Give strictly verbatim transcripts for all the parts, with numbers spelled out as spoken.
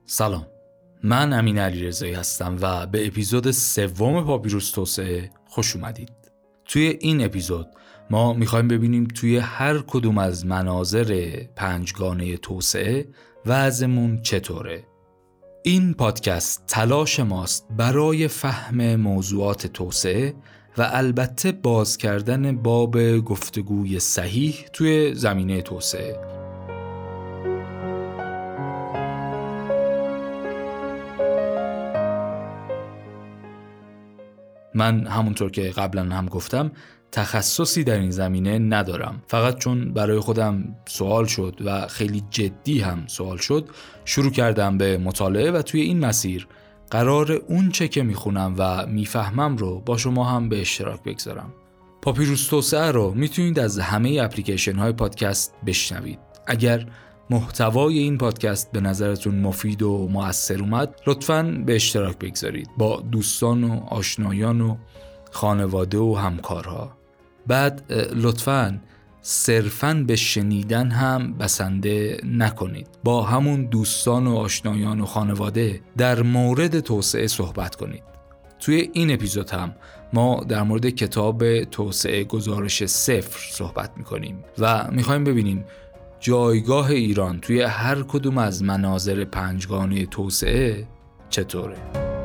سلام، من امین علیرضایی هستم و به اپیزود سوم پاپیروس توسعه خوش اومدید. توی این اپیزود ما میخوایم ببینیم توی هر کدوم از مناظر پنجگانه توسعه وضعمون چطوره. این پادکست تلاش ماست برای فهم موضوعات توسعه و البته باز کردن باب گفتگوی صحیح توی زمینه توسعه. من همونطور که قبلا هم گفتم تخصصی در این زمینه ندارم، فقط چون برای خودم سوال شد و خیلی جدی هم سوال شد شروع کردم به مطالعه و توی این مسیر قرار اون چه که میخونم و میفهمم رو با شما هم به اشتراک بگذارم. پاپیروس توسعه رو میتونید از همه اپلیکیشن های پادکست بشنوید. اگر محتوای این پادکست به نظرتون مفید و مؤثر اومد لطفاً به اشتراک بگذارید با دوستان و آشنایان و خانواده و همکارها. بعد لطفاً صرفاً به شنیدن هم بسنده نکنید، با همون دوستان و آشنایان و خانواده در مورد توسعه صحبت کنید. توی این اپیزود هم ما در مورد کتاب توسعه گزارش صفر صحبت میکنیم و میخوایم ببینیم جایگاه ایران توی هر کدوم از مناظر پنجگانه توسعه چطوره.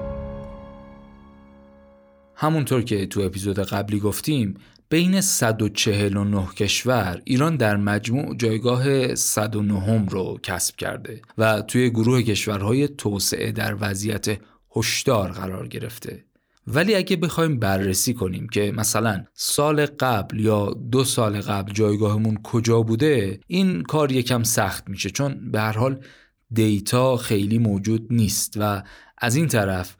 همونطور که تو اپیزود قبلی گفتیم بین صد و چهل و نه کشور ایران در مجموع جایگاه صد و نه رو کسب کرده و توی گروه کشورهای توسعه در وضعیت هشدار قرار گرفته. ولی اگه بخوایم بررسی کنیم که مثلا سال قبل یا دو سال قبل جایگاهمون کجا بوده، این کار یکم سخت میشه، چون به هر حال دیتا خیلی موجود نیست و از این طرف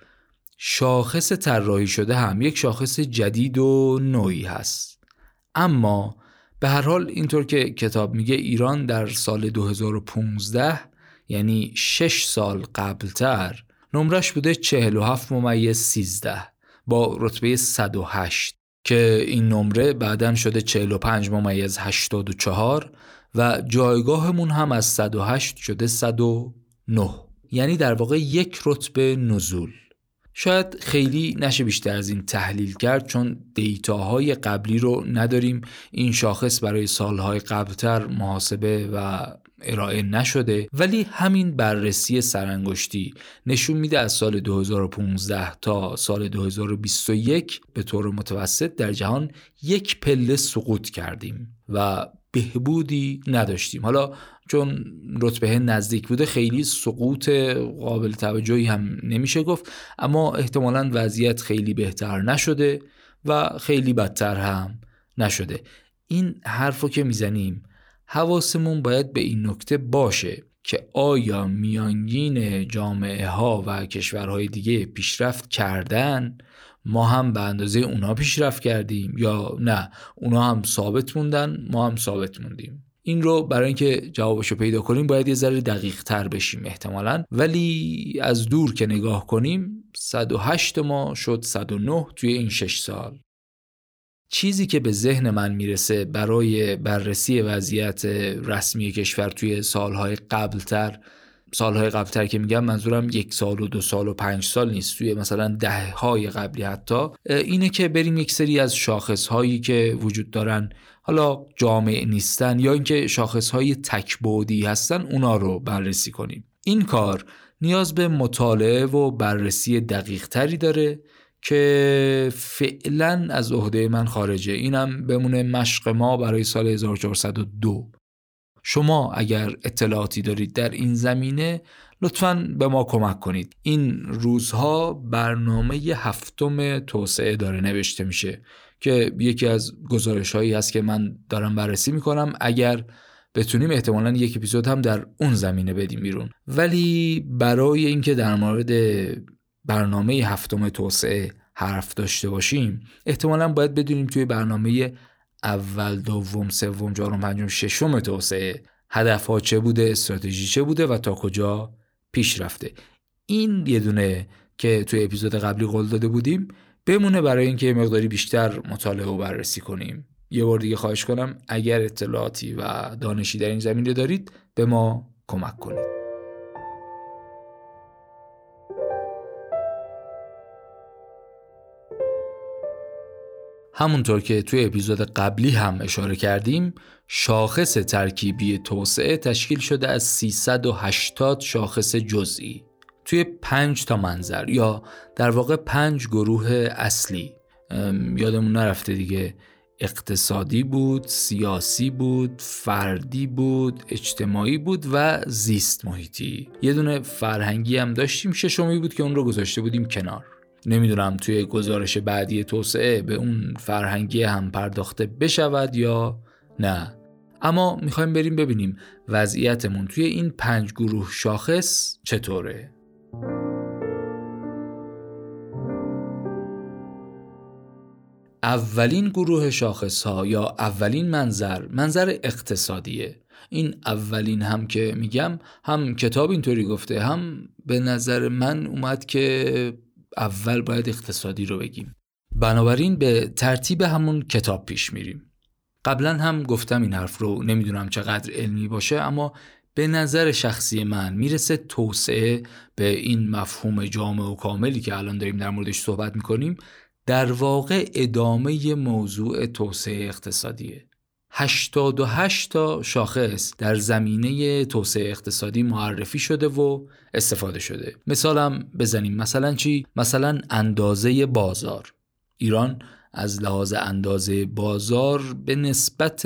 شاخص طراحی شده هم یک شاخص جدید و نوعی هست. اما به هر حال اینطور که کتاب میگه ایران در سال دو هزار و پانزده، یعنی شش سال قبلتر، نمرش بوده چهل و هفت ممیز سیزده با رتبه صد و هشت که این نمره بعدن شده چهل و پنج ممیز هشتاد و چهار و جایگاهمون هم از صد و هشت شده صد و نه، یعنی در واقع یک رتبه نزول. شاید خیلی نشه بیشتر از این تحلیل کرد چون دیتاهای قبلی رو نداریم، این شاخص برای سالهای قبلتر محاسبه و ارائه نشده، ولی همین بررسی سرانگشتی نشون میده از سال دو هزار و پانزده تا سال دو هزار و بیست و یک به طور متوسط در جهان یک پله سقوط کردیم و بهبودی نداشتیم. حالا چون رتبه نزدیک بوده خیلی سقوط قابل توجهی هم نمیشه گفت، اما احتمالاً وضعیت خیلی بهتر نشده و خیلی بدتر هم نشده. این حرفو که میزنیم حواسمون باید به این نکته باشه که آیا میانگین جامعه ها و کشورهای دیگه پیشرفت کردن، ما هم به اندازه اونا پیشرفت کردیم، یا نه اونا هم ثابت موندن ما هم ثابت موندیم. این رو برای اینکه جوابشو پیدا کنیم باید یه ذره دقیق تر بشیم احتمالاً، ولی از دور که نگاه کنیم صد و هشت ما شد صد و نه توی این شش سال. چیزی که به ذهن من میرسه برای بررسی وضعیت رسمی کشور توی سالهای قبلتر، سالهای قبلتر که میگم منظورم یک سال و دو سال و پنج سال نیست، توی مثلا ده های قبلی حتی، اینه که بریم یک سری از شاخصهایی که وجود دارن، حالا جامع نیستن یا اینکه شاخصهای تکبعدی هستن، اونا رو بررسی کنیم. این کار نیاز به مطالعه و بررسی دقیق تری داره که فعلا از عهده من خارجه. اینم بمونه مشق ما برای سال هزار و چهارصد و دو. شما اگر اطلاعاتی دارید در این زمینه لطفاً به ما کمک کنید. این روزها برنامه هفتم توسعه داره نوشته میشه که یکی از گزارش‌هایی هست که من دارم بررسی میکنم. اگر بتونیم احتمالاً یک اپیزود هم در اون زمینه بدیم بیرون. ولی برای اینکه در مورد برنامه هفتم توسعه حرف داشته باشیم احتمالاً باید بدونیم توی برنامه اول، دوم، سوم، چهارم، پنجم، ششم توسعه هدف‌ها چه بوده، استراتژی چه بوده و تا کجا پیش رفته. این یه دونه که توی اپیزود قبلی قول داده بودیم بمونه برای اینکه مقداری بیشتر مطالعه و بررسی کنیم. یه بار دیگه خواهش کنم اگر اطلاعاتی و دانشی در این زمینه دارید به ما کمک کنید. همونطور که توی اپیزود قبلی هم اشاره کردیم، شاخص ترکیبی توسعه تشکیل شده از سیصد و هشتاد شاخص جزئی توی پنج تا منظر یا در واقع پنج گروه اصلی. یادمون نرفته دیگه، اقتصادی بود، سیاسی بود، فردی بود، اجتماعی بود و زیست محیطی. یه دونه فرهنگی هم داشتیم، ششمی بود که اون رو گذاشته بودیم کنار. نمیدونم توی گزارش بعدی توسعه به اون فرهنگی هم پرداخته بشود یا نه، اما میخوایم بریم ببینیم وضعیتمون توی این پنج گروه شاخص چطوره. اولین گروه شاخص ها یا اولین منظر منظر اقتصادیه. این اولین هم که میگم، هم کتاب اینطوری گفته، هم به نظر من اومد که اول باید اقتصادی رو بگیم. بنابراین به ترتیب همون کتاب پیش میریم. قبلا هم گفتم این حرف رو، نمیدونم چقدر علمی باشه، اما به نظر شخصی من میرسه توسعه به این مفهوم جامع و کاملی که الان داریم در موردش صحبت میکنیم در واقع ادامه موضوع توسعه اقتصادیه. هشتاد و هشت تا شاخص در زمینه توسعه اقتصادی معرفی شده و استفاده شده. مثالم بزنیم، مثلا چی؟ مثلا اندازه بازار. ایران از لحاظ اندازه بازار به نسبت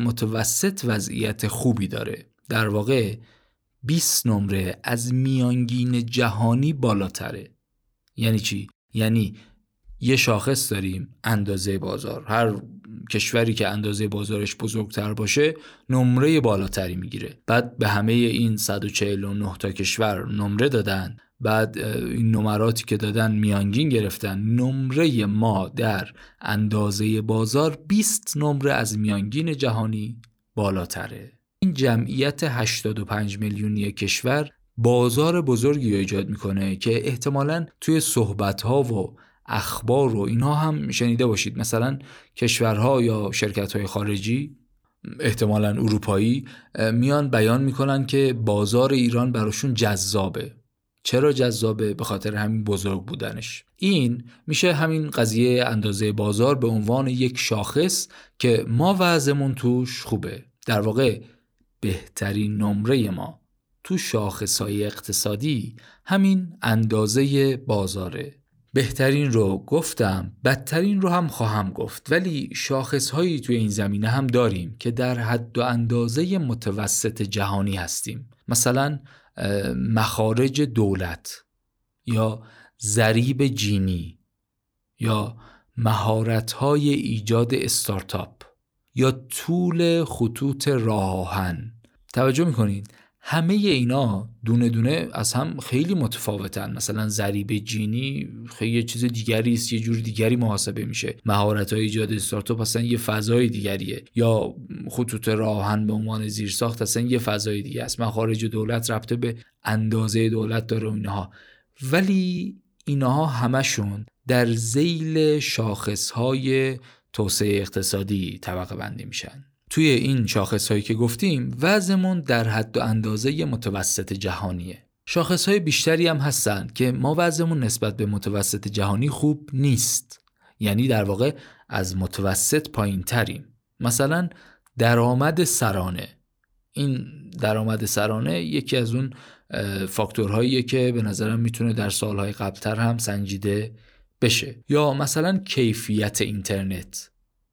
متوسط وضعیت خوبی داره. در واقع بیست نمره از میانگین جهانی بالاتره. یعنی چی؟ یعنی یه شاخص داریم، اندازه بازار. هر کشوری که اندازه بازارش بزرگتر باشه نمره بالاتری میگیره. بعد به همه این صد و چهل و نه تا کشور نمره دادن، بعد این نمراتی که دادن میانگین گرفتن. نمره ما در اندازه بازار بیست نمره از میانگین جهانی بالاتره. این جمعیت هشتاد و پنج میلیونی کشور بازار بزرگی ایجاد میکنه که احتمالاً توی صحبت‌ها و اخبار و اینها هم شنیده باشید. مثلا کشورها یا شرکت‌های خارجی، احتمالاً اروپایی، میان بیان میکنن که بازار ایران براشون جذابه. چرا جذابه؟ به خاطر همین بزرگ بودنش. این میشه همین قضیه اندازه بازار به عنوان یک شاخص که ما وضعمون توش خوبه. در واقع بهترین نمره ما تو شاخص‌های اقتصادی همین اندازه بازاره. بهترین رو گفتم، بدترین رو هم خواهم گفت، ولی شاخص‌هایی توی این زمینه هم داریم که در حد و اندازه متوسط جهانی هستیم. مثلا مخارج دولت یا ضریب جینی یا مهارت‌های ایجاد استارتاپ یا طول خطوط راه آهن. توجه می‌کنید همه اینا دونه دونه از هم خیلی متفاوتن. مثلا ضریب جینی خیلی یه چیز دیگری است، یه جور دیگری محاسبه میشه. مهارت‌های ایجاد استارتاپ اصلا یه فضای دیگریه، یا خطوط راه آهن به عنوان زیرساخت اصلا یه فضای دیگه است. مخارج دولت ربط به اندازه دولت داره و اینها، ولی اینها همشون در ذیل شاخص‌های توسعه اقتصادی طبقه بندی میشن. توی این شاخص‌هایی که گفتیم وضعمون در حد و اندازه متوسط جهانیه. شاخص‌های بیشتری هم هستن که ما وضعمون نسبت به متوسط جهانی خوب نیست، یعنی در واقع از متوسط پایین تریم. مثلا درآمد سرانه. این درآمد سرانه یکی از اون فاکتورهاییه که به نظرم میتونه در سالهای قبلتر هم سنجیده بشه. یا مثلا کیفیت اینترنت.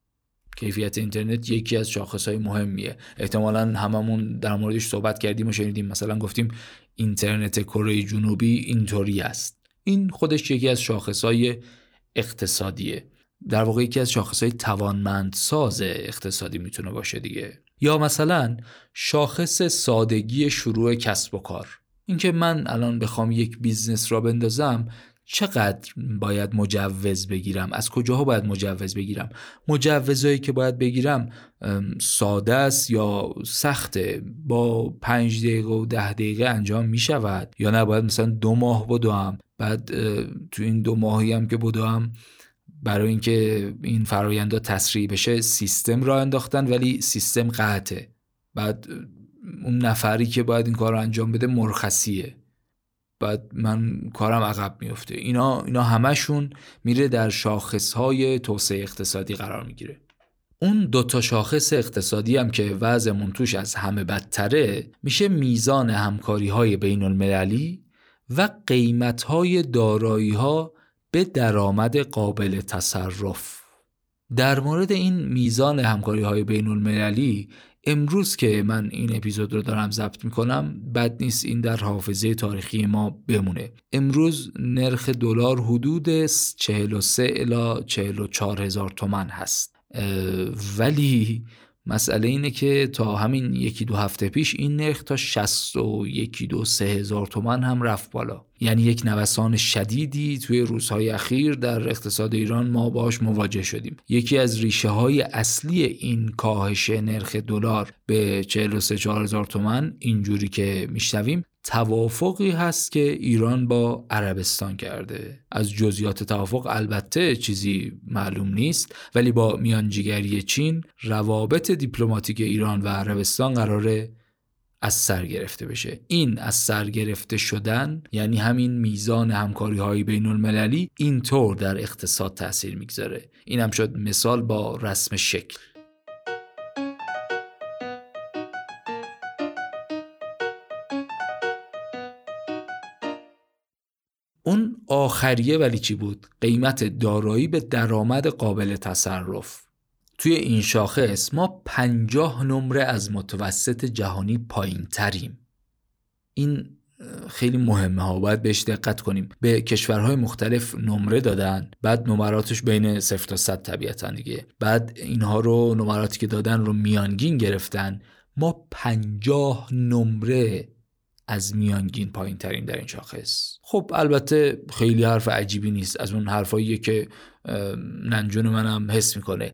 کیفیت اینترنت یکی از شاخصهای مهمیه. احتمالاً هممون در موردش صحبت کردیم و شنیدیم. مثلا گفتیم اینترنت کره جنوبی اینطوری است. این خودش یکی از شاخصهای اقتصادیه. در واقع یکی از شاخصهای توانمندساز اقتصادی میتونه باشه دیگه. یا مثلا شاخص سادگی شروع کسب و کار. اینکه من الان بخوام یک بیزنس را بندازم چقدر باید مجوز بگیرم، از کجاها باید مجوز بگیرم، مجوزایی که باید بگیرم ساده است یا سخته، با پنج دقیقه و ده دقیقه انجام می شود یا نه باید مثلا دو ماه بدوم، بعد تو این دو ماهی هم که بدوم برای اینکه این فرآیندها تسریع بشه سیستم را انداختن ولی سیستم قطعه، بعد اون نفری که باید این کار رو انجام بده مرخصیه. بعد من کارم عقب میفته. اینا اینا همشون میره در شاخصهای توسعه اقتصادی قرار میگیره. اون دوتا شاخص اقتصادی هم که وضعمون توش از همه بدتره میشه میزان همکاری های بین المللی و قیمت های دارایی ها به درآمد قابل تصرف. در مورد این میزان همکاری های بین المللی امروز که من این اپیزود رو دارم ضبط میکنم بد نیست این در حافظه تاریخی ما بمونه. امروز نرخ دلار حدود چهل و سه الی چهل و چهار هزار تومان هست، ولی مسئله اینه که تا همین یکی دو هفته پیش این نرخ تا شصت و یکی دو سه هزار تومان هم رفت بالا. یعنی یک نوسان شدیدی توی روزهای اخیر در اقتصاد ایران ما باهاش مواجه شدیم. یکی از ریشه های اصلی این کاهش نرخ دلار به چهل و سه چهار هزار تومان اینجوری که میشنویم توافقی هست که ایران با عربستان کرده. از جزئیات توافق البته چیزی معلوم نیست، ولی با میانجیگری چین روابط دیپلماتیک ایران و عربستان قراره از سر گرفته بشه. این از سر گرفته شدن یعنی همین میزان همکاری های بین المللی اینطور در اقتصاد تأثیر میگذاره. این هم شد مثال با رسم شکل. اون آخریه ولی چی بود؟ قیمت دارایی به درآمد قابل تصرف. توی این شاخص ما پنجاه نمره از متوسط جهانی پایین تریم. این خیلی مهمه ها، باید بهش دقت کنیم. به کشورهای مختلف نمره دادن، بعد نمراتش بین صفر تا صد طبیعتاً دیگه، بعد اینها رو نمراتی که دادن رو میانگین گرفتن. ما پنجاه نمره از میانگین پایین ترین در این شاخص. خب البته خیلی حرف عجیبی نیست، از اون حرفایی که ننجون منم حس میکنه.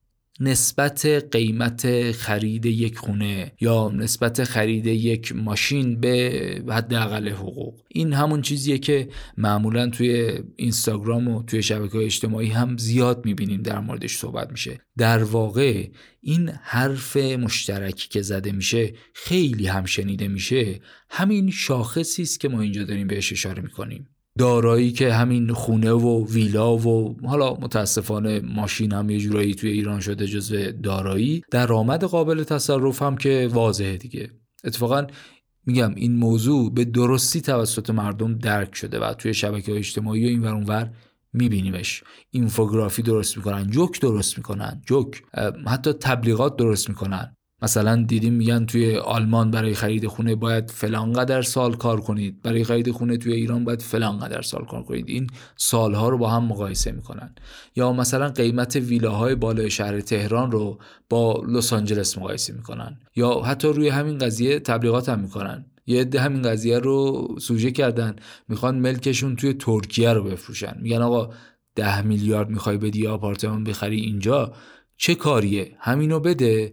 نسبت قیمت خرید یک خونه یا نسبت خرید یک ماشین به حداقل حقوق، این همون چیزیه که معمولا توی اینستاگرام و توی شبکه‌های اجتماعی هم زیاد میبینیم در موردش صحبت میشه. در واقع این حرف مشترکی که زده میشه خیلی هم شنیده میشه، همین شاخصی است که ما اینجا داریم بهش اشاره میکنیم. دارایی که همین خونه و ویلا و حالا متاسفانه ماشین هم یه جورایی توی ایران شده جزو دارایی، درآمد قابل تصرف هم که واضحه دیگه. اتفاقا میگم این موضوع به درستی توسط مردم درک شده و توی شبکه‌های اجتماعی و این ور اون ور میبینیمش. اینفوگرافی درست میکنن، جوک درست میکنن، جوک حتی تبلیغات درست میکنن. مثلا دیدیم میگن توی آلمان برای خرید خونه باید فلان قدر سال کار کنید، برای خرید خونه توی ایران باید فلان قدر سال کار کنید. این سالها رو با هم مقایسه میکنن. یا مثلا قیمت ویلاهای بالای شهر تهران رو با لس آنجلس مقایسه میکنن. یا حتی روی همین قضیه تبلیغات هم میکنن. یه عده همین قضیه رو سوژه کردن، میخوان ملکشون توی ترکیه رو بفروشن. میگن آقا ده میلیارد میخوای بدی آپارتمان بخری اینجا، چه کاریه؟ همینو بده،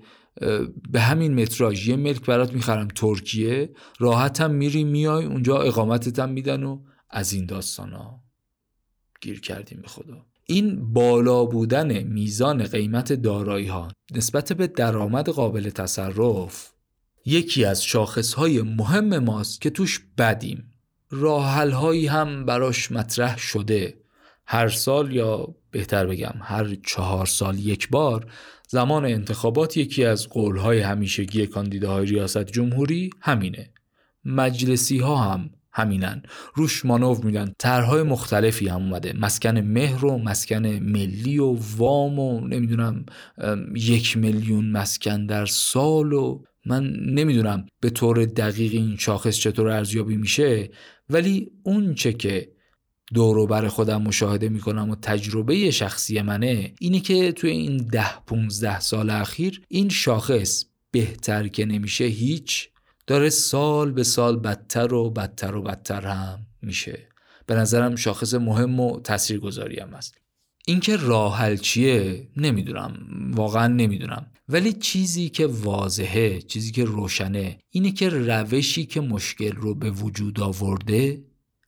به همین متراژ یه ملک برات میخرم ترکیه، راحت هم میری میای اونجا، اقامتت هم میدن و از این داستانا. گیر کردیم به خدا. این بالا بودن میزان قیمت دارایی ها نسبت به درآمد قابل تصرف یکی از شاخصهای مهم ماست که توش بدیم. راه حل هایی هم براش مطرح شده. هر سال، یا بهتر بگم هر چهار سال یک بار، زمان انتخابات یکی از قولهای همیشگی کاندیداهای ریاست جمهوری همینه. مجلسی ها هم همینن، روش مانور میدن. طرحهای مختلفی هم اومده، مسکن مهر و مسکن ملی و وام و نمیدونم یک میلیون مسکن در سال و من نمیدونم به طور دقیق این شاخص چطور ارزیابی میشه، ولی اون چه که دور و بر خودم مشاهده میکنم و تجربه شخصی منه اینه که توی این ده پونزده سال اخیر این شاخص بهتر که نمیشه هیچ، داره سال به سال بدتر و بدتر و بدتر هم میشه. به نظرم شاخص مهم و تاثیرگذاری هم هست. اینکه راه حل چیه نمیدونم، واقعا نمیدونم، ولی چیزی که واضحه، چیزی که روشنه اینه که روشی که مشکل رو به وجود آورده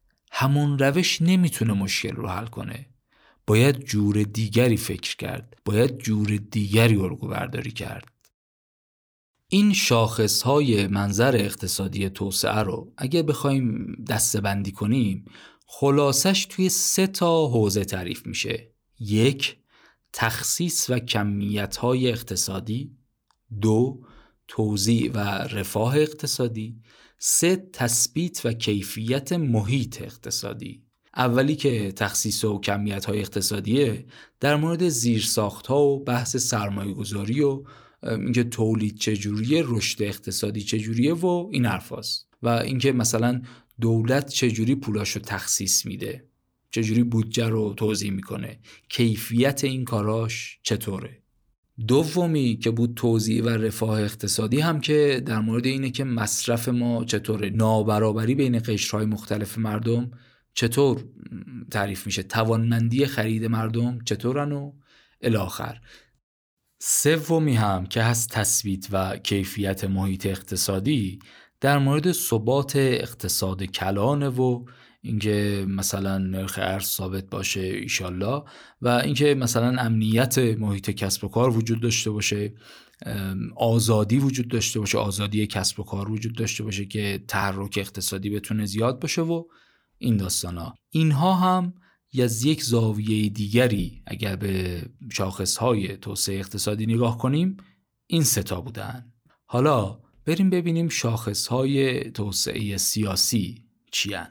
همون روش نمیتونه مشکل رو حل کنه. باید جور دیگری فکر کرد، باید جور دیگری الگو برداری کرد. این شاخصهای منظر اقتصادی توسعه رو اگه بخوایم دسته‌بندی کنیم، خلاصش توی سه تا حوزه تعریف میشه. یک، تخصیص و کمیت‌های اقتصادی. دو، توزیع و رفاه اقتصادی. سه، تثبیت و کیفیت محیط اقتصادی. اولی که تخصیص و کمیت‌های اقتصادیه، در مورد زیرساخت‌ها و بحث سرمایه‌گذاری و اینکه تولید چجوریه، رشد اقتصادی چجوریه و این حرفاست، و اینکه مثلا دولت چجوری پولاشو تخصیص میده، چجوری بودجه رو توزیع میکنه، کیفیت این کاراش چطوره. دومی که بود توزیع و رفاه اقتصادی، هم که در مورد اینه که مصرف ما چطوره، نابرابری بین قشرهای مختلف مردم چطور تعریف میشه، توانمندی خرید مردم چطورن و الی آخر. سومی هم که هست تثبیت و کیفیت محیط اقتصادی، در مورد ثبات اقتصاد کلانه و اینکه مثلا نرخ ارز ثابت باشه ایشالله، و اینکه مثلا امنیت محیط کسب و کار وجود داشته باشه، آزادی وجود داشته باشه، آزادی کسب و کار وجود داشته باشه که تحرک اقتصادی بتونه زیاد باشه و این داستانا. اینها هم از یک زاویه دیگری اگر به شاخصهای توسعه اقتصادی نگاه کنیم این سه تا بودن. حالا بریم ببینیم شاخصهای توسعه سیاسی چی هن؟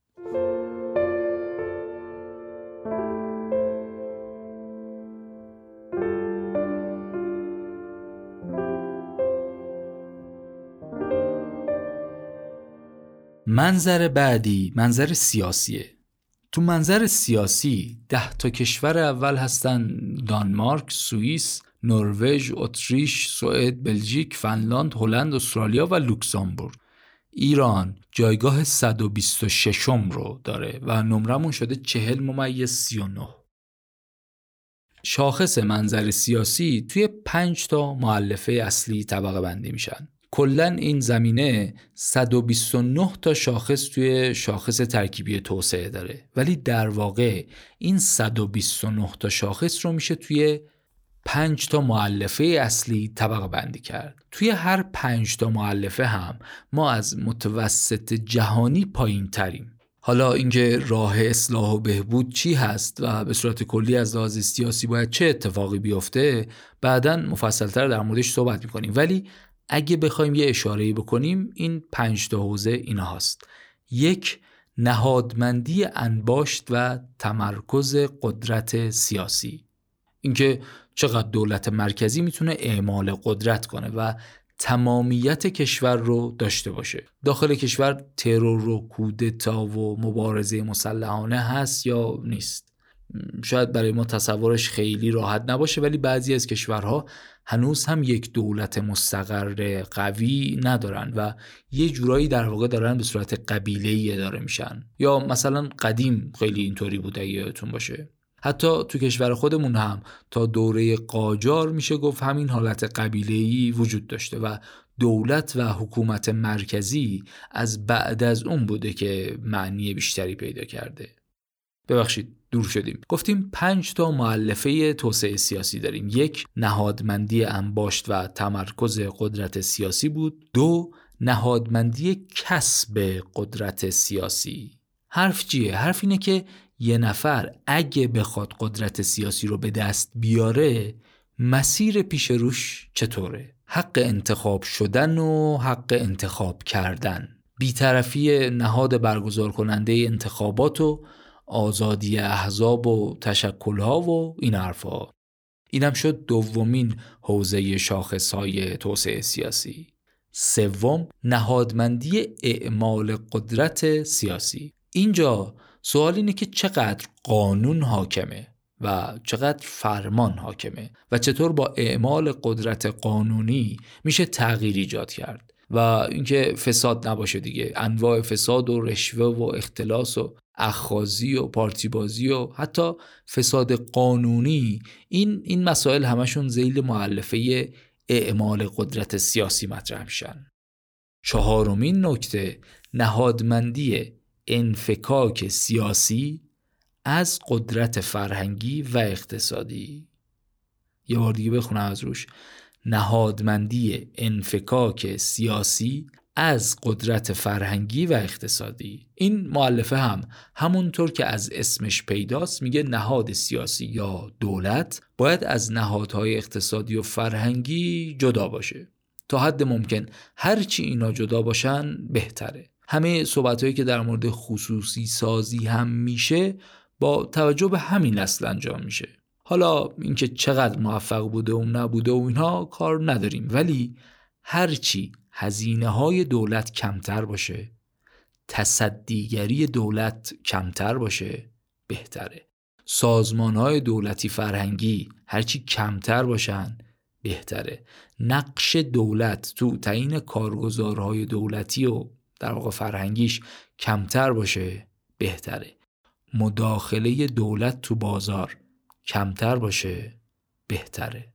منظر بعدی منظر سیاسیه. تو منظر سیاسی ده تا کشور اول هستن: دانمارک، سوئیس، نروژ، اتریش، سوئد، بلژیک، فنلاند، هلند، استرالیا و لوکزامبورگ. ایران جایگاه صد و بیست و شش رو داره و نمرمون شده چهل ممیز سی و نه. شاخص منظر سیاسی توی پنج تا مؤلفه اصلی طبقه بندی میشن. کلن این زمینه صد و بیست و نه تا شاخص توی شاخص ترکیبی توسعه داره، ولی در واقع این صد و بیست و نه تا شاخص رو میشه توی پنج تا مؤلفه اصلی طبقه بندی کرد. توی هر پنج تا مؤلفه هم ما از متوسط جهانی پایین تریم. حالا اینکه راه اصلاح و بهبود چی هست و به صورت کلی از لحاظ سیاسی باید چه اتفاقی بیفته بعداً مفصل‌تر در موردش صحبت می‌کنیم، ولی اگه بخوایم یه اشاره‌ای بکنیم این پنج تا حوزه اینا هست. یک، نهادمندی انباشت و تمرکز قدرت سیاسی، اینکه چقدر دولت مرکزی میتونه اعمال قدرت کنه و تمامیت کشور رو داشته باشه. داخل کشور ترور و کودتا و مبارزه مسلحانه هست یا نیست؟ شاید برای ما تصورش خیلی راحت نباشه، ولی بعضی از کشورها هنوز هم یک دولت مستقر قوی ندارن و یه جورایی در واقع دارن به صورت قبیله‌ای اداره میشن، یا مثلا قدیم خیلی اینطوری بوده یادتون باشه. حتی تو کشور خودمون هم تا دوره قاجار میشه گفت همین حالت قبیله‌ای وجود داشته و دولت و حکومت مرکزی از بعد از اون بوده که معنی بیشتری پیدا کرده. ببخشید دور شدیم. گفتیم پنج تا مؤلفه توسعه سیاسی داریم. یک، نهادمندی انباشت و تمرکز قدرت سیاسی بود. دو، نهادمندی کسب قدرت سیاسی. حرف چیه؟ حرف اینه که یه نفر اگه بخواد قدرت سیاسی رو به دست بیاره مسیر پیش روش چطوره؟ حق انتخاب شدن و حق انتخاب کردن، بی‌طرفی نهاد برگزار کننده انتخابات و آزادی احزاب و تشکل‌ها و این حرفا. اینم شد دومین حوزه شاخص‌های توسعه سیاسی. سوم، نهادمندی اعمال قدرت سیاسی. اینجا سوال اینه که چقدر قانون حاکمه و چقدر فرمان حاکمه و چطور با اعمال قدرت قانونی میشه تغییر ایجاد کرد و اینکه فساد نباشه دیگه. انواع فساد و رشوه و اختلاس و اخاذی و پارتی بازی و حتی فساد قانونی، این این مسائل همشون ذیل مؤلفه اعمال قدرت سیاسی مطرح میشن. چهارمین نکته، نهادمندی انفکاک سیاسی از قدرت فرهنگی و اقتصادی. یه بار دیگه بخونم از روش. نهادمندی انفکاک سیاسی از قدرت فرهنگی و اقتصادی. این مؤلفه هم همونطور که از اسمش پیداست میگه نهاد سیاسی یا دولت باید از نهادهای اقتصادی و فرهنگی جدا باشه. تا حد ممکن هرچی اینا جدا باشن بهتره. همه صحبتایی که در مورد خصوصی سازی هم میشه با توجه به همین اصل انجام میشه. حالا اینکه چقدر موفق بوده و نبوده و اینها کار نداریم، ولی هرچی هزینه های دولت کمتر باشه، تصدیگری دولت کمتر باشه بهتره. سازمان های دولتی فرهنگی هرچی کمتر باشن بهتره. نقش دولت تو تعیین کارگزارهای دولتی و در واقع فرهنگیش کمتر باشه بهتره. مداخله دولت تو بازار کمتر باشه بهتره.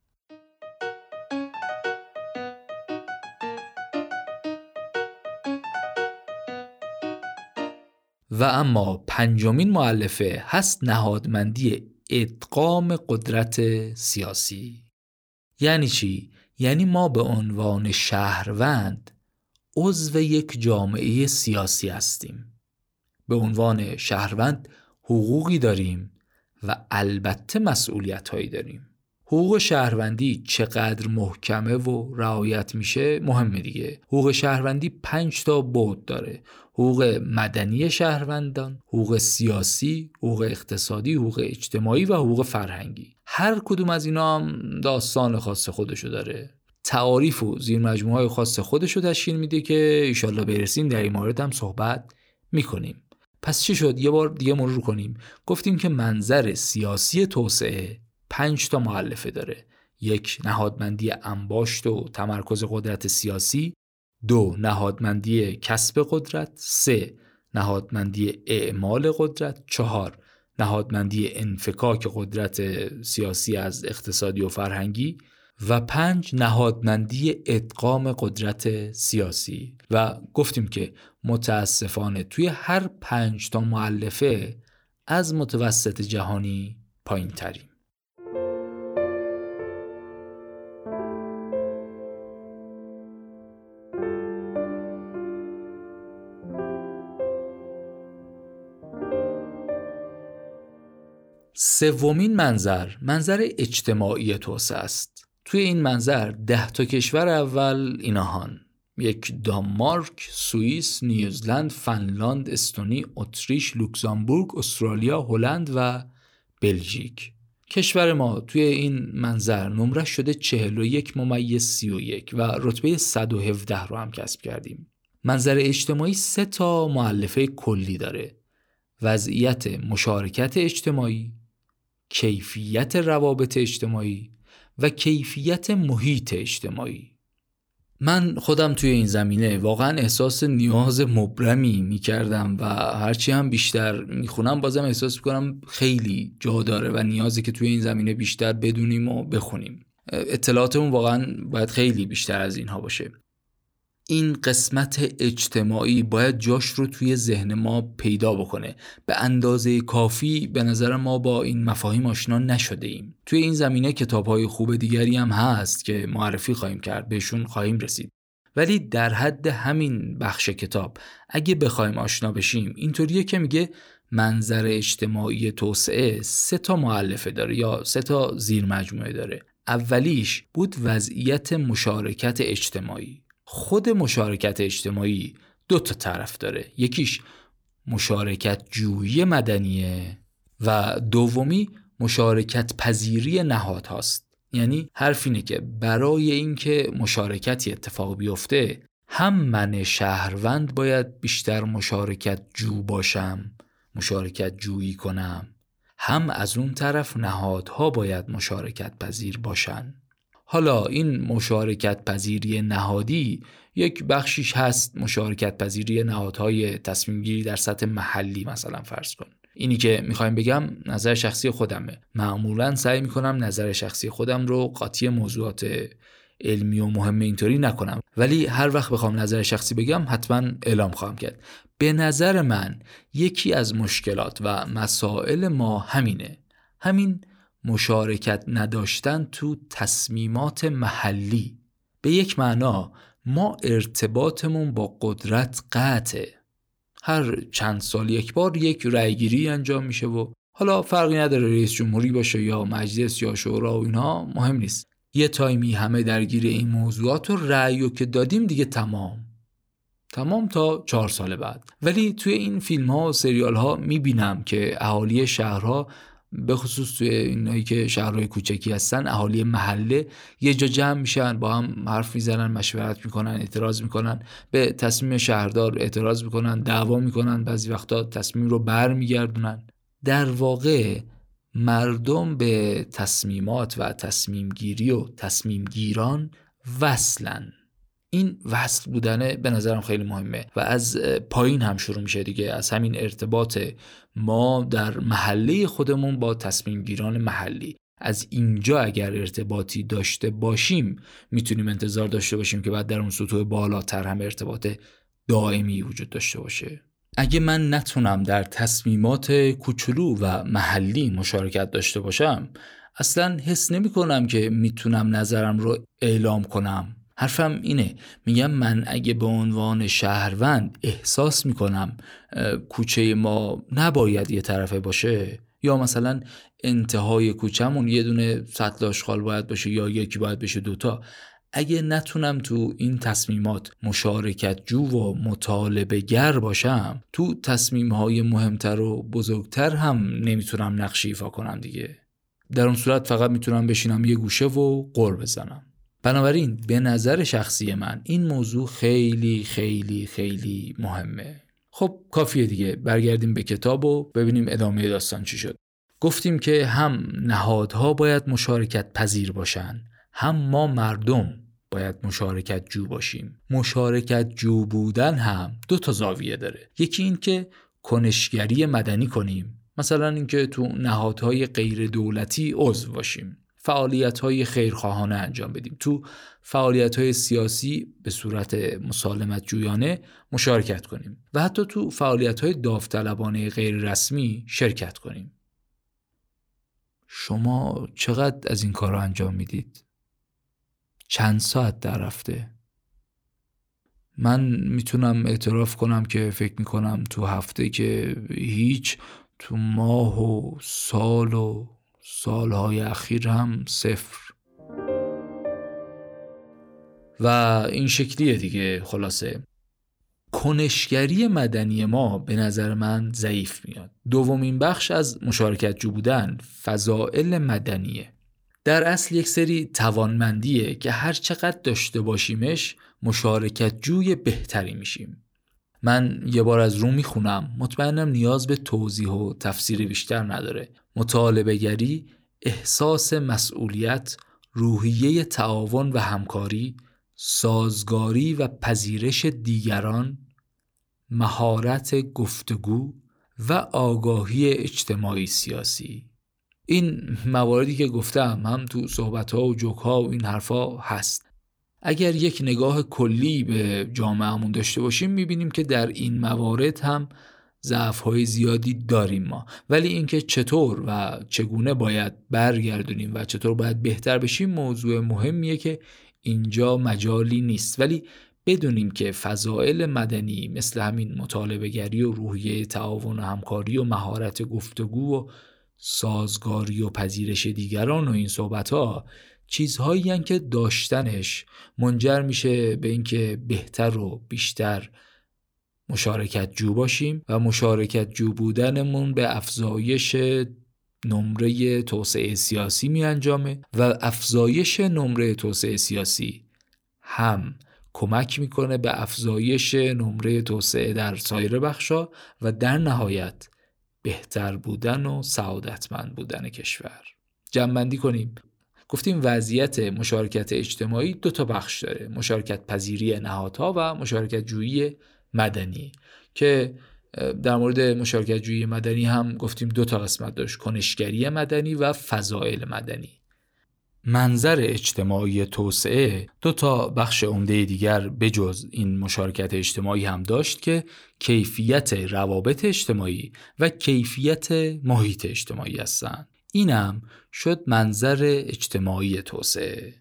و اما پنجمین مؤلفه هست نهادمندی ادغام قدرت سیاسی. یعنی چی؟ یعنی ما به عنوان شهروند عضو یک جامعه سیاسی هستیم. به عنوان شهروند حقوقی داریم و البته مسئولیت‌هایی داریم. حقوق شهروندی چقدر محکمه و رعایت میشه مهمه دیگه. حقوق شهروندی پنج تا بعد داره: حقوق مدنی شهروندان، حقوق سیاسی، حقوق اقتصادی، حقوق اجتماعی و حقوق فرهنگی. هر کدوم از اینا هم داستان خاص خودشو داره، تعاریف و زیر مجموعه‌های خاص خودشو تشکیل میده که ایشالله برسیم در این مورد هم صحبت میکنیم. پس چی شد؟ یه بار دیگه مرور کنیم. گفتیم که منظر سیاسی توسعه پنج تا مؤلفه داره: یک، نهادمندی انباشت و تمرکز قدرت سیاسی; دو، نهادمندی کسب قدرت; سه، نهادمندی اعمال قدرت; چهار، نهادمندی انفکاک قدرت سیاسی از اقتصادی و فرهنگی; و پنج، نهادمندی ادغام قدرت سیاسی. و گفتیم که متاسفانه توی هر پنج تا مؤلفه از متوسط جهانی پایین تریم. سومین منظر منظر اجتماعی توسعه است. توی این منظر ده تا کشور اول ایناهان: یک، دانمارک، سوئیس، نیوزلند، فنلاند، استونی، اتریش، لوکزامبورگ، استرالیا، هلند و بلژیک. کشور ما توی این منظر نمره شده چهل و یک ممیز سی و یک و رتبه صد و هفده رو هم کسب کردیم. منظر اجتماعی سه تا مؤلفه کلی داره: وضعیت مشارکت اجتماعی، کیفیت روابط اجتماعی و کیفیت محیط اجتماعی. من خودم توی این زمینه واقعا احساس نیاز مبرمی میکردم و هرچی هم بیشتر میخونم بازم احساس میکنم خیلی جا داره و نیازه که توی این زمینه بیشتر بدونیم و بخونیم. اطلاعاتمون واقعا باید خیلی بیشتر از اینها باشه. این قسمت اجتماعی باید جاش رو توی ذهن ما پیدا بکنه. به اندازه کافی به نظر ما با این مفاهیم آشنا نشده ایم. توی این زمینه کتاب‌های خوب دیگری هم هست که معرفی خواهیم کرد، بهشون خواهیم رسید. ولی در حد همین بخش کتاب اگه بخوایم آشنا بشیم، اینطوریه که میگه منظر اجتماعی توسعه سه تا مؤلفه داره یا سه تا زیر مجموعه داره. اولیش بود وضعیت مشارکت اجتماعی. خود مشارکت اجتماعی دو تا طرف داره: یکیش مشارکت جویی مدنیه و دومی مشارکت پذیری نهادهاست. یعنی حرف اینه که برای اینکه مشارکتی اتفاق بیفته، هم من شهروند باید بیشتر مشارکت جو باشم، مشارکت جویی کنم، هم از اون طرف نهادها باید مشارکت پذیر باشن. حالا این مشارکت پذیری نهادی یک بخشیش هست مشارکت پذیری نهادهای تصمیم گیری در سطح محلی، مثلا فرض کن. اینی که میخوایم بگم نظر شخصی خودمه. معمولا سعی میکنم نظر شخصی خودم رو قاطی موضوعات علمی و مهم اینطوری نکنم، ولی هر وقت بخوام نظر شخصی بگم حتما اعلام خواهم کرد. به نظر من یکی از مشکلات و مسائل ما همینه، همین مشارکت نداشتن تو تصمیمات محلی. به یک معنا ما ارتباطمون با قدرت قطعه. هر چند سال یک بار یک رأیگیری انجام میشه و حالا فرقی نداره رئیس جمهوری باشه یا مجلس یا شورا و اینا، مهم نیست. یه تایمی همه درگیر این موضوعات و رأیو که دادیم دیگه تمام. تمام تا چهار سال بعد. ولی توی این فیلم ها و سریال ها میبینم که اهالی شهرها، به خصوص توی اینایی که شهرهای کوچکی هستن، اهالی محله یه جا جمع میشن، با هم حرف میزنن، مشورت میکنن، اعتراض میکنن، به تصمیم شهردار اعتراض میکنن، دعوا میکنن، بعضی وقتا تصمیم رو بر میگردونن. در واقع مردم به تصمیمات و تصمیم گیری و تصمیم گیران وصلن. این وصل بودنه به نظرم خیلی مهمه و از پایین هم شروع میشه دیگه، از همین ارتباط ما در محله خودمون با تصمیم گیران محلی. از اینجا اگر ارتباطی داشته باشیم میتونیم انتظار داشته باشیم که بعد در اون سطوح بالاتر هم ارتباط دائمی وجود داشته باشه. اگه من نتونم در تصمیمات کوچولو و محلی مشارکت داشته باشم، اصلا حس نمی کنم که میتونم نظرم رو اعلام کنم. حرفم اینه، میگم من اگه به عنوان شهروند احساس میکنم کوچه ما نباید یه طرفه باشه، یا مثلا انتهای کوچه‌مون یه دونه سطل آشغال باید باشه یا یکی باید بشه دوتا، اگه نتونم تو این تصمیمات مشارکت جو و مطالبه گر باشم، تو تصمیم‌های مهمتر و بزرگتر هم نمیتونم نقشی ایفا کنم دیگه. در اون صورت فقط میتونم بشینم یه گوشه و قر بزنم. بنابراین به نظر شخصی من این موضوع خیلی خیلی خیلی مهمه. خب کافیه دیگه، برگردیم به کتاب و ببینیم ادامه داستان چی شد. گفتیم که هم نهادها باید مشارکت پذیر باشن، هم ما مردم باید مشارکت جو باشیم. مشارکت جو بودن هم دو تا زاویه داره. یکی این که کنشگری مدنی کنیم، مثلا اینکه تو نهادهای غیر دولتی عضو باشیم، فعالیت‌های خیرخواهانه انجام بدیم، تو فعالیت‌های سیاسی به صورت مسالمت جویانه مشارکت کنیم و حتی تو فعالیت‌های داوطلبانه غیر رسمی شرکت کنیم. شما چقدر از این کارا انجام میدید؟ چند ساعت در هفته؟ من میتونم اعتراف کنم که فکر میکنم تو هفته که هیچ، تو ماه و سال و سالهای اخیر هم صفر. و این شکلیه دیگه. خلاصه کنشگری مدنی ما به نظر من ضعیف میاد. دومین بخش از مشارکت جو بودن فضائل مدنیه. در اصل یک سری توانمندیه که هر چقدر داشته باشیمش مشارکت جوی بهتری میشیم. من یه بار از رو میخونم، مطمئنم نیاز به توضیح و تفسیر بیشتر نداره. مطالبه گری، احساس مسئولیت، روحیه تعاون و همکاری، سازگاری و پذیرش دیگران، مهارت گفتگو و آگاهی اجتماعی سیاسی. این مواردی که گفتم هم تو صحبت‌ها و جوک‌ها و این حرفا هست. اگر یک نگاه کلی به جامعهمون داشته باشیم میبینیم که در این موارد هم ضعف‌های زیادی داریم ما، ولی اینکه چطور و چگونه باید برگردونیم و چطور باید بهتر بشیم موضوع مهمیه که اینجا مجالی نیست. ولی بدونیم که فضائل مدنی مثل همین مطالبه گری و روحیه تعاون و همکاری و مهارت گفتگو و سازگاری و پذیرش دیگران و این صحبت‌ها چیزهایی هستند که داشتنش منجر میشه به اینکه بهتر و بیشتر مشارکت جو باشیم و مشارکت جو بودنمون به افزایش نمره توسعه سیاسی می انجامه و افزایش نمره توسعه سیاسی هم کمک میکنه به افزایش نمره توسعه در سایر بخشا و در نهایت بهتر بودن و سعادتمند بودن کشور. جمع‌بندی کنیم. گفتیم وضعیت مشارکت اجتماعی دو تا بخش داره، مشارکت پذیری نهادها و مشارکت جویی مدنی، که در مورد مشارکت جویی مدنی هم گفتیم دو تا قسمت داشت، کنشگری مدنی و فضائل مدنی. منظر اجتماعی توسعه دو تا بخش عمده دیگر بجز این مشارکت اجتماعی هم داشت که کیفیت روابط اجتماعی و کیفیت محیط اجتماعی هستند. اینم شد منظر اجتماعی توسعه.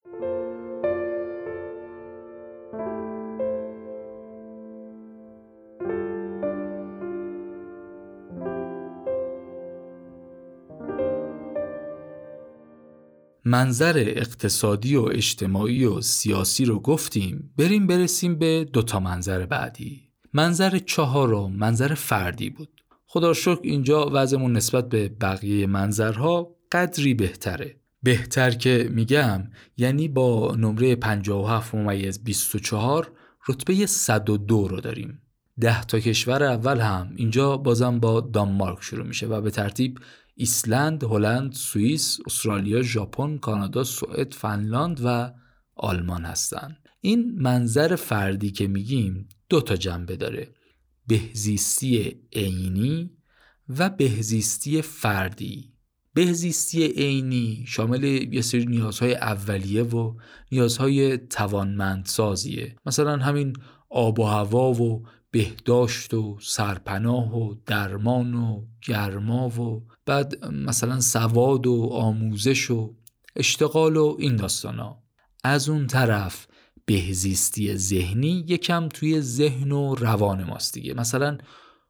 منظر اقتصادی و اجتماعی و سیاسی رو گفتیم، بریم برسیم به دوتا منظر بعدی. منظر چهارم منظر فردی بود. خدا رو شکر اینجا وضعمون نسبت به بقیه منظرها قدری بهتره. بهتر که میگم یعنی با نمره پنجاه و هفت ممیز بیست و چهار رتبه صد و دو رو داریم. ده تا کشور اول هم اینجا بازم با دانمارک شروع میشه و به ترتیب ایسلند، هلند، سوئیس، استرالیا، ژاپن، کانادا، سوئد، فنلاند و آلمان هستن. این منظر فردی که میگیم دو تا جنبه داره: بهزیستی عینی و بهزیستی فردی. بهزیستی عینی شامل یه سری نیازهای اولیه و نیازهای توانمندسازیه، مثلا همین آب و هوا و بهداشت و سرپناه و درمان و گرما و بعد مثلا سواد و آموزش و اشتغال و این داستانا. از اون طرف بهزیستی ذهنی یکم توی ذهن و روان ماست دیگه، مثلا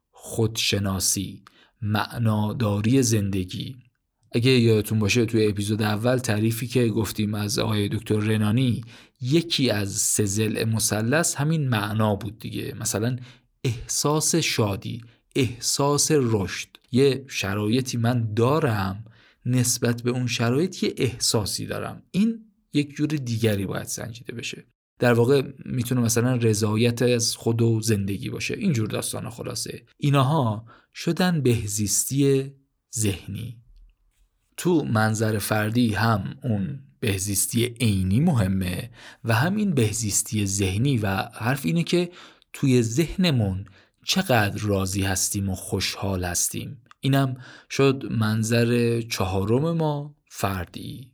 خودشناسی، معناداری زندگی. اگه یادتون باشه توی اپیزود اول تعریفی که گفتیم از آقای دکتر رنانی، یکی از سه ضلع مثلث همین معنا بود دیگه. مثلا احساس شادی، احساس رشد. یه شرایطی من دارم، نسبت به اون شرایط یه احساسی دارم، این یک جور دیگری باید سنجیده بشه. در واقع میتونه مثلا رضایت از خود و زندگی باشه، اینجور داستانا. خلاصه ایناها شدن بهزیستی ذهنی. تو منظر فردی هم اون بهزیستی عینی مهمه و همین بهزیستی ذهنی و حرف اینه که توی ذهنمون چقدر راضی هستیم و خوشحال هستیم. اینم شد منظر چهارم ما، فردی.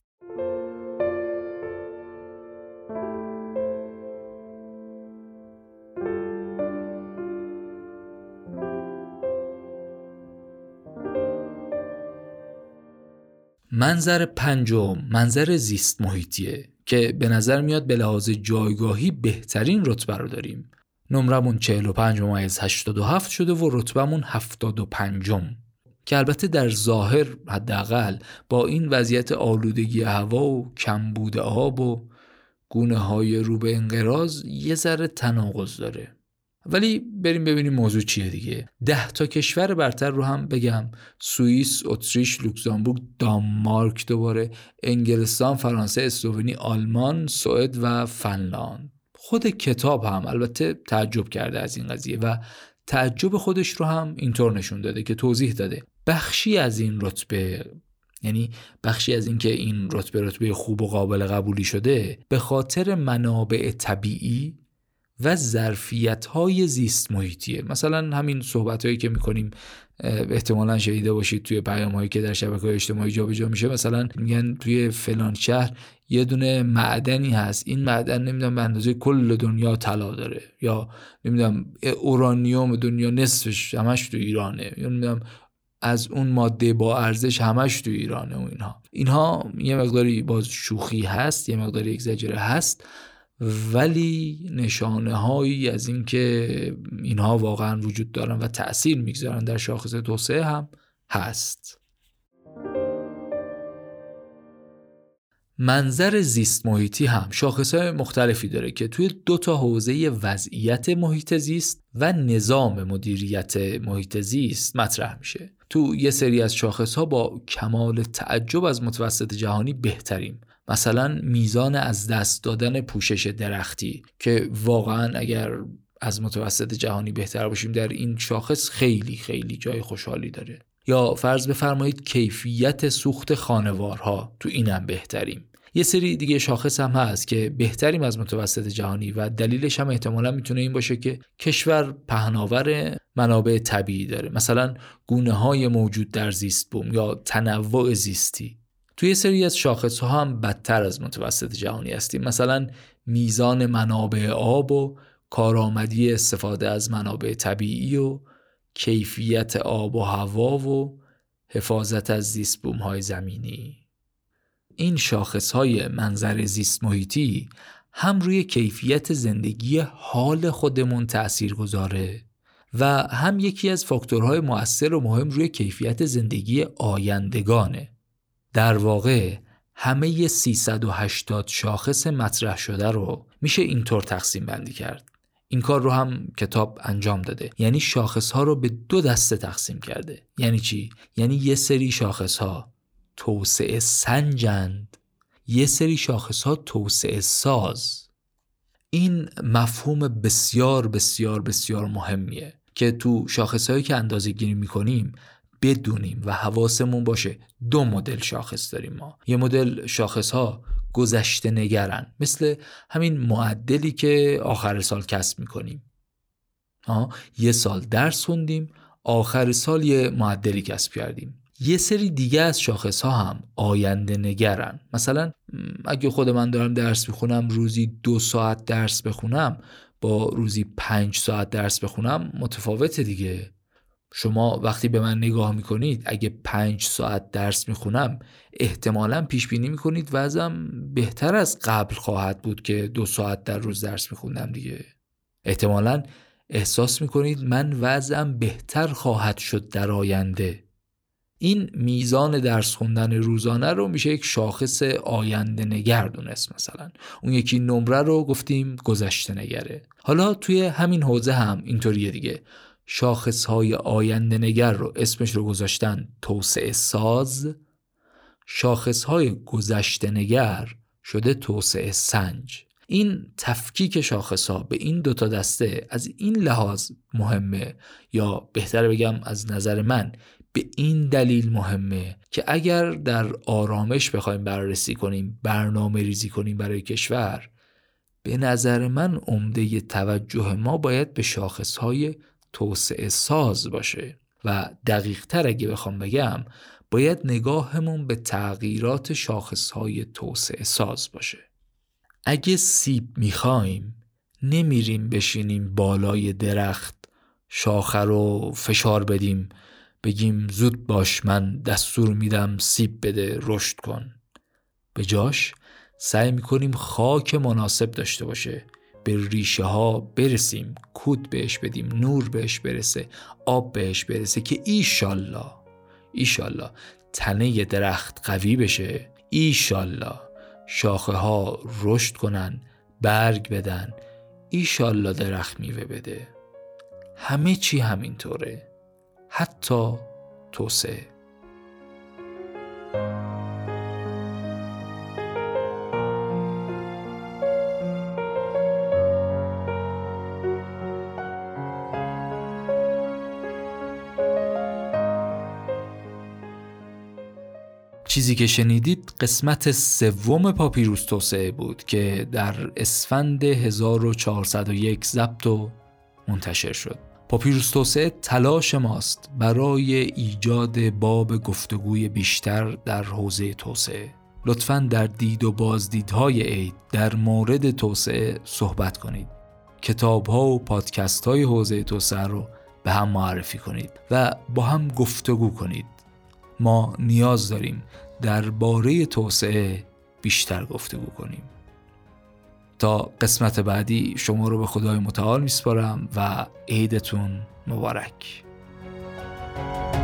منظر پنجم منظر زیست محیطیه که به نظر میاد به لحاظ جایگاهی بهترین رتبه رو داریم. نمرمون چهل و پنج ممیز هشتاد و هفت شده و رتبمون هفتاد و پنجم، که البته در ظاهر حداقل با این وضعیت آلودگی هوا و کمبود آب و گونه های رو به انقراض یه ذره تناقض داره. ولی بریم ببینیم موضوع چیه دیگه. ده تا کشور برتر رو هم بگم: سوئیس، اتریش، لوکزامبورگ، دانمارک، دوباره انگلستان، فرانسه، اسلوونی، آلمان، سوئد و فنلاند. خود کتاب هم البته تعجب کرده از این قضیه و تعجب خودش رو هم اینطور نشون داده که توضیح داده بخشی از این رتبه، یعنی بخشی از این که این رتبه رتبه خوب و قابل قبولی شده، به خاطر منابع طبیعی و ظرفیت‌های زیست محیطیه. مثلا همین صحبت‌هایی که می‌کنیم احتمالاً شنیده باشید توی پیام‌هایی که در شبکه‌های اجتماعی جابجا میشه، مثلا میگن توی فلان شهر یه دونه معدنی هست، این معدن نمیدونم به اندازه کل دنیا طلا داره، یا نمیدونم اورانیوم دنیا نصفش همش تو ایرانه، یا نمیدونم از اون ماده با ارزش همش تو ایرانه و اینها. اینها یه مقداری باز شوخی هست، یه مقداری اگزاجره هست، ولی نشانه هایی از این که اینها واقعا وجود دارن و تأثیر میگذارن در شاخص توسعه هم هست. منظر زیست محیطی هم شاخصهای مختلفی داره که توی دو تا حوزه وضعیت محیط زیست و نظام مدیریت محیط زیست مطرح میشه. تو یه سری از شاخصها با کمال تعجب از متوسط جهانی بهتریم، مثلا میزان از دست دادن پوشش درختی که واقعا اگر از متوسط جهانی بهتر باشیم در این شاخص خیلی خیلی جای خوشحالی داره. یا فرض بفرمایید کیفیت سوخت خانوارها، تو اینم بهتریم. یه سری دیگه شاخص هم هست که بهتریم از متوسط جهانی و دلیلش هم احتمالا میتونه این باشه که کشور پهناور منابع طبیعی داره، مثلا گونه های موجود در زیست بوم یا تنوع زیستی. توی سری از شاخص ها هم بدتر از متوسط جهانی هستیم، مثلا میزان منابع آب و کارآمدی استفاده از منابع طبیعی و کیفیت آب و هوا و حفاظت از زیست بوم‌های زمینی. این شاخص‌های منظر زیست محیطی هم روی کیفیت زندگی حال خودمون تأثیر گذاره و هم یکی از فاکتورهای مؤثر و مهم روی کیفیت زندگی آیندگانه. در واقع همه سیصد و هشتاد شاخص مطرح شده رو میشه اینطور تقسیم بندی کرد. این کار رو هم کتاب انجام داده. یعنی شاخص‌ها رو به دو دسته تقسیم کرده. یعنی چی؟ یعنی یه سری شاخص‌ها توسعه سنجند، یه سری شاخص‌ها توسعه ساز. این مفهوم بسیار بسیار بسیار مهمیه که تو شاخص‌هایی که اندازه‌گیری می‌کنیم بدونیم و حواسمون باشه. دو مدل شاخص داریم ما. یه مدل شاخص‌ها گذشته نگرن، مثل همین معدلی که آخر سال کسب می‌کنیم. ها، یه سال درس خوندیم، آخر سال یه معدلی کسب کردیم. یه سری دیگه از شاخص‌ها هم آینده نگرن. مثلا اگه خود من دارم درس می‌خونم، روزی دو ساعت درس بخونم با روزی پنج ساعت درس بخونم متفاوته دیگه. شما وقتی به من نگاه میکنید، اگه پنج ساعت درس میخونم احتمالاً پیش بینی میکنید وضعم بهتر از قبل خواهد بود که دو ساعت در روز درس میخوندم دیگه. احتمالاً احساس میکنید من وضعم بهتر خواهد شد در آینده. این میزان درس خوندن روزانه رو میشه یک شاخص آینده نگر دونست. مثلا اون یکی نمره رو گفتیم گذشته نگره. حالا توی همین حوزه هم اینطوریه دیگه. شاخص‌های آینده نگر رو اسمش رو گذاشتن توسعه ساز، شاخص‌های گذشته نگر شده توسعه سنج. این تفکیک شاخص‌ها به این دوتا دسته از این لحاظ مهمه، یا بهتر بگم از نظر من به این دلیل مهمه که اگر در آرامش بخوایم بررسی کنیم، برنامه ریزی کنیم برای کشور، به نظر من عمده توجه ما باید به شاخص‌های توسعه ساز باشه و دقیق تر اگه بخوام بگم باید نگاهمون به تغییرات شاخصهای توسعه ساز باشه. اگه سیب میخوایم نمیریم بشینیم بالای درخت، شاخه رو فشار بدیم، بگیم زود باش من دستور میدم سیب بده رشد کن. به جاش سعی میکنیم خاک مناسب داشته باشه، به ریشه ها برسیم، کود بهش بدیم، نور بهش برسه، آب بهش برسه که ایشالله ایشالله تنه درخت قوی بشه، ایشالله شاخه ها رشد کنن، برگ بدن، ایشالله درخت میوه بده. همه چی همینطوره، حتی توسعه. چیزی که شنیدید قسمت سوم پاپیروس توسعه بود که در اسفند هزار و چهارصد و یک ضبط و منتشر شد. پاپیروس توسعه تلاش ماست برای ایجاد باب گفتگوی بیشتر در حوزه توسعه. لطفاً در دید و بازدیدهای عید در مورد توسعه صحبت کنید. کتاب‌ها و پادکست‌های حوزه توسعه رو به هم معرفی کنید و با هم گفتگو کنید. ما نیاز داریم درباره توسعه بیشتر گفتگو کنیم. تا قسمت بعدی شما رو به خدای متعال میسپارم و عیدتون مبارک.